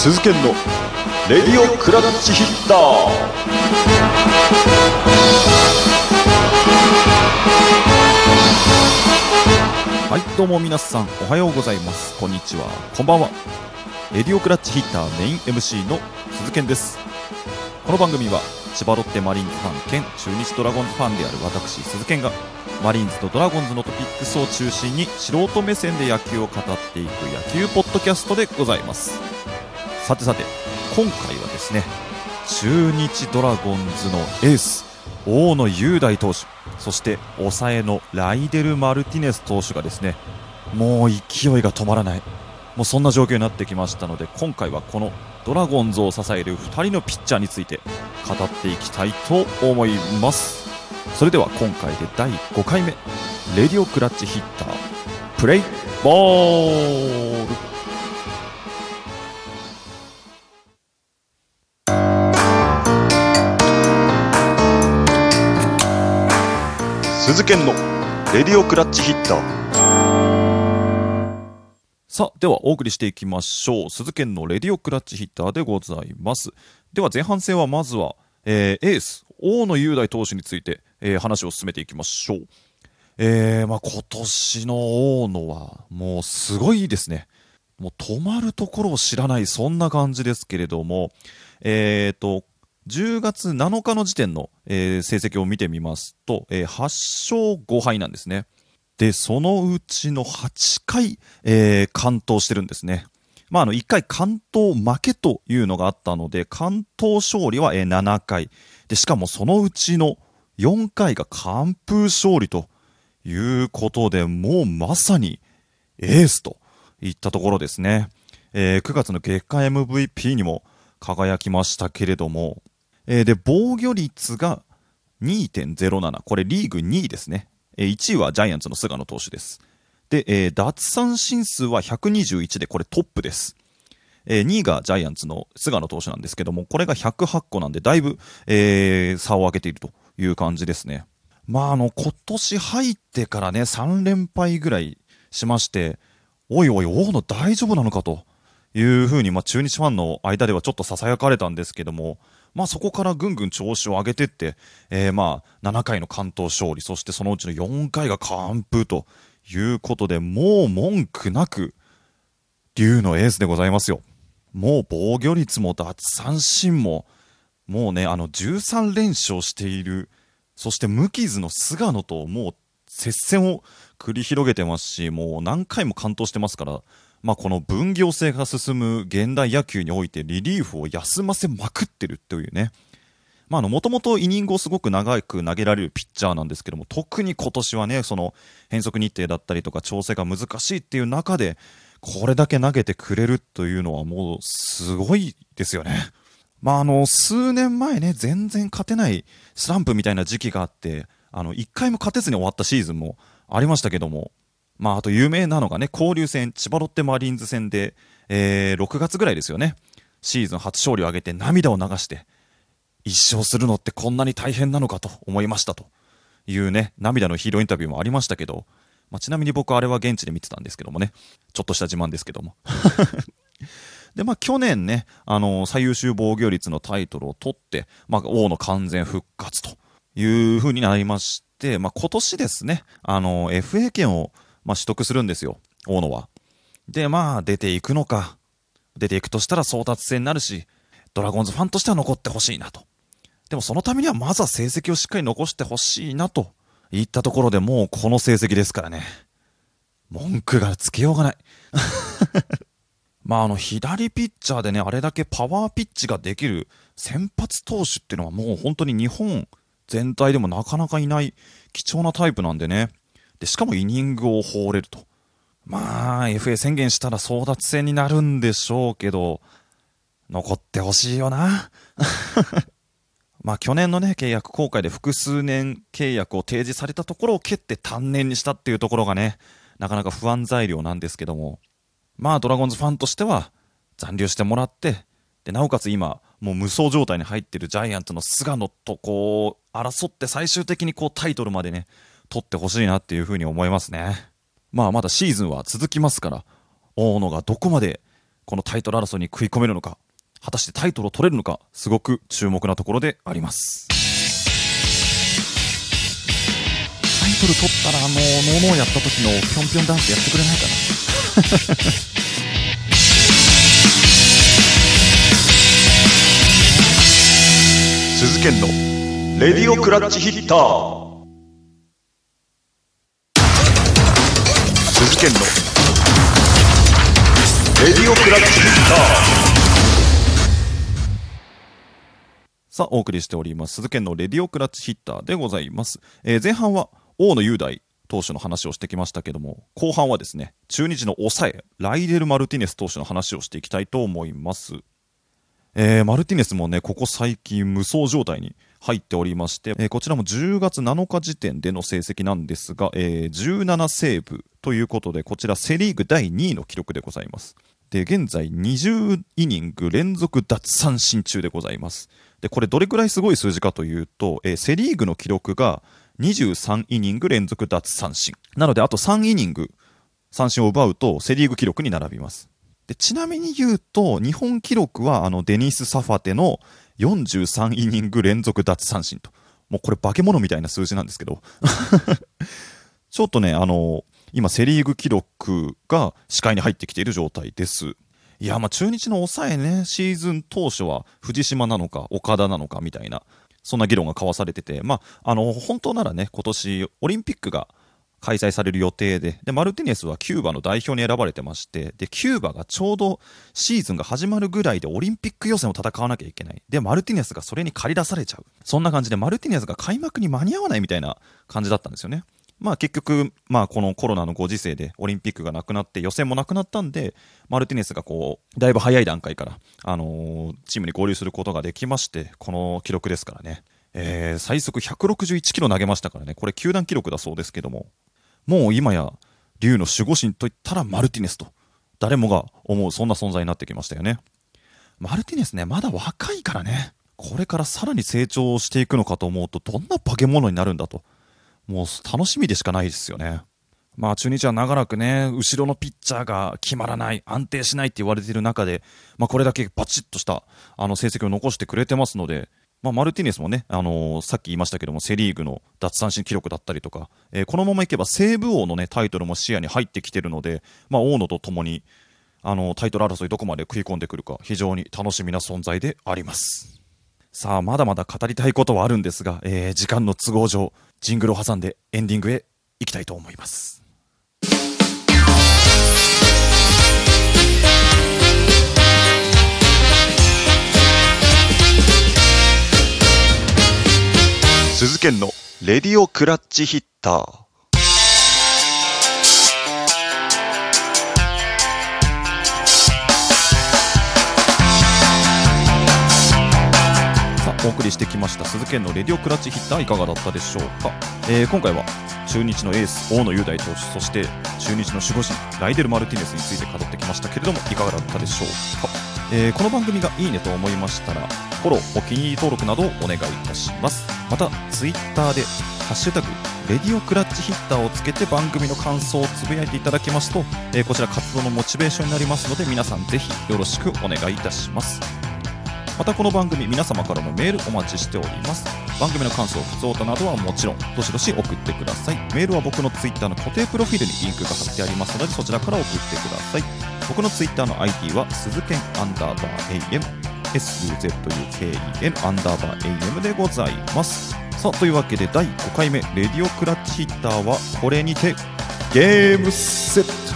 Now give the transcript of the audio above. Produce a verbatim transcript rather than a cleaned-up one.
鈴研のレディオクラッチヒッター。はい、どうも皆さんおはようございます、こんにちは、こんばんは。レディオクラッチヒッターメイン エムシー の鈴研です。この番組は千葉ロッテマリーンズファン兼中日ドラゴンズファンである私鈴研がマリーンズとドラゴンズのトピックスを中心に素人目線で野球を語っていく野球ポッドキャストでございます。さてさて、今回はですね、中日ドラゴンズのエース大野雄大投手、そして抑えのライデル・マルティネス投手がですね、もう勢いが止まらない、もうそんな状況になってきましたので、今回はこのドラゴンズを支えるふたりのピッチャーについて語っていきたいと思います。それでは今回でだいごかいめ、レディオクラッチヒッタープレイボール。鈴研のレディオクラッチヒッター。さあ、ではお送りしていきましょう。鈴研のレディオクラッチヒッターでございます。では前半戦はまずは、えー、エース大野雄大投手について、えー、話を進めていきましょう。えーまあ、今年の大野はもうすごいですね。もう止まるところを知らない、そんな感じですけれども、えーとじゅうがつなのかの時点の、えー、成績を見てみますと、えー、はっしょうごはいなんですね。で、そのうちのはちかい、えー、完投してるんですね。まあ、あのいっかい完投負けというのがあったので、完投勝利は、えー、ななかいで、しかもそのうちのよんかいが完封勝利ということで、もうまさにエースといったところですね。えー、くがつの月間 エムブイピー にも輝きましたけれども、えー、で防御率が にてんゼロなな、 これリーグにいですね。えー、いちいはジャイアンツの菅野投手です。で、えー、奪三振数はひゃくにじゅういちで、これトップです。えー、にいがジャイアンツの菅野投手なんですけども、これがひゃくはっこなんで、だいぶ、えー、差を開けているという感じですね。まあ、あの今年入ってからね、さんれんぱいぐらいしまして、おいおい大野大丈夫なのかというふうに、まあ、中日ファンの間ではちょっとささやかれたんですけども、まあ、そこからぐんぐん調子を上げていって、えー、まあななかいの完投勝利、そしてそのうちのよんかいが完封ということで、もう文句なく龍のエースでございますよ。もう防御率も奪三振ももうね、あのじゅうさんれんしょうしている、そして無傷の菅野ともう接戦を繰り広げてますし、もう何回も完投してますから、まあ、この分業制が進む現代野球においてリリーフを休ませまくってるというね。まあ、もともとイニングをすごく長く投げられるピッチャーなんですけども、特に今年はね、その変則日程だったりとか調整が難しいっていう中でこれだけ投げてくれるというのはもうすごいですよね。まあ、あの数年前ね、全然勝てないスランプみたいな時期があって、あのいっかいも勝てずに終わったシーズンもありましたけども、まあ、あと有名なのがね、交流戦千葉ロッテマリーンズ戦で、えー、ろくがつぐらいですよね、シーズン初勝利を挙げて涙を流して、一勝するのってこんなに大変なのかと思いましたというね、涙のヒーローインタビューもありましたけど、まあ、ちなみに僕あれは現地で見てたんですけどもね、ちょっとした自慢ですけどもで、まあ、去年ね、あのー、最優秀防御率のタイトルを取って、まあ、王の完全復活という風になりまして、まあ、今年ですね、あのー、エフエー 権をまあ、取得するんですよ、大野は。で、まあ出ていくのか、出ていくとしたら争奪戦になるし、ドラゴンズファンとしては残ってほしいなと。でもそのためにはまずは成績をしっかり残してほしいなといったところで、もうこの成績ですからね、文句がつけようがないまあ、あの左ピッチャーでね、あれだけパワーピッチができる先発投手っていうのはもう本当に日本全体でもなかなかいない貴重なタイプなんでね。でしかもイニングを放れると。まあ エフエー 宣言したら争奪戦になるんでしょうけど、残ってほしいよなまあ去年のね、契約更改で複数年契約を提示されたところを蹴って単年にしたっていうところがね、なかなか不安材料なんですけども、まあドラゴンズファンとしては残留してもらって、でなおかつ今もう無双状態に入ってるジャイアンツの菅野とこう争って、最終的にこうタイトルまでね取ってほしいなっていうふうに思いますね。まあまだシーズンは続きますから、大野がどこまでこのタイトル争いに食い込めるのか、果たしてタイトルを取れるのか、すごく注目なところであります。タイトル取ったらあのノーノーやった時のぴょんぴょんダンスやってくれないかな鈴研のレディオクラッチヒッター。鈴研のレディオクラッチヒッター。さあお送りしております鈴研のレディオクラッチヒッターでございます。えー、前半は大野雄大投手の話をしてきましたけども、後半はですね、中日の抑えライデル・マルティネス投手の話をしていきたいと思います。えー、マルティネスもね、ここ最近無双状態に入っておりまして、えー、こちらもじゅうがつなのか時点での成績なんですが、えー、じゅうななセーブということで、こちらセリーグだいにいの記録でございます。で、現在にじゅうイニング連続奪三振中でございます。で、これどれくらいすごい数字かというと、えー、セリーグの記録がにじゅうさんイニング連続奪三振。なので、あとさんイニング三振を奪うとセリーグ記録に並びます。で、ちなみに言うと、日本記録はあのデニス・サファテのよんじゅうさんイニング連続奪三振と。もうこれ化け物みたいな数字なんですけど。ちょっとね、あの、今セリーグ記録が視界に入ってきている状態です。いや、まあ中日の抑えね、シーズン当初は藤島なのか岡田なのかみたいな、そんな議論が交わされてて、まあ、あの、本当ならね、今年オリンピックが開催される予定で、で、マルティネスはキューバの代表に選ばれてまして、で、キューバがちょうどシーズンが始まるぐらいでオリンピック予選を戦わなきゃいけない。で、マルティネスがそれに駆り出されちゃう。そんな感じで、マルティネスが開幕に間に合わないみたいな感じだったんですよね。まあ結局、まあこのコロナのご時世でオリンピックがなくなって予選もなくなったんで、マルティネスがこう、だいぶ早い段階から、あのー、チームに合流することができまして、この記録ですからね。えー、最速ひゃくろくじゅういちキロ投げましたからね。これ球団記録だそうですけども、もう今や竜の守護神といったらマルティネスと誰もが思う、そんな存在になってきましたよね。マルティネスね、まだ若いからね、これからさらに成長していくのかと思うと、どんな化け物になるんだと、もう楽しみでしかないですよね。まあ中日は長らくね、後ろのピッチャーが決まらない、安定しないって言われている中で、まあこれだけバチッとしたあの成績を残してくれてますので、まあ、マルティネスもね、あのー、さっき言いましたけども、セリーグの奪三振記録だったりとか、えー、このままいけばセーブ王のね、タイトルも視野に入ってきてるので、まあ、大野とともに、あのー、タイトル争いどこまで食い込んでくるか、非常に楽しみな存在であります。さあ、まだまだ語りたいことはあるんですが、えー、時間の都合上、ジングルを挟んでエンディングへ行きたいと思います。鈴研のレディオクラッチヒッター。さあお送りしてきました鈴研のレディオクラッチヒッター、いかがだったでしょうか。えー、今回は中日のエース大野雄大投手、そして中日の守護神ライデル・マルティネスについて語ってきましたけれども、いかがだったでしょうか。えー、この番組がいいねと思いましたらフォロー、お気に入り登録などをお願いいたします。またツイッターでハッシュタグレディオクラッチヒッターをつけて番組の感想をつぶやいていただきますと、えー、こちら活動のモチベーションになりますので、皆さんぜひよろしくお願いいたします。またこの番組、皆様からのメールお待ちしております。番組の感想、ふつおたなどはもちろんどしどし送ってください。メールは僕のツイッターの固定プロフィールにリンクが貼ってありますので、そちらから送ってください。僕のツイッターの アイディー は鈴研アンダーバー エーエム エスユーゼットユーケーイーエヌ アンダーバー エーエム でございます。さあというわけでだいごかいめレディオクラッチヒッターはこれにてゲームセット。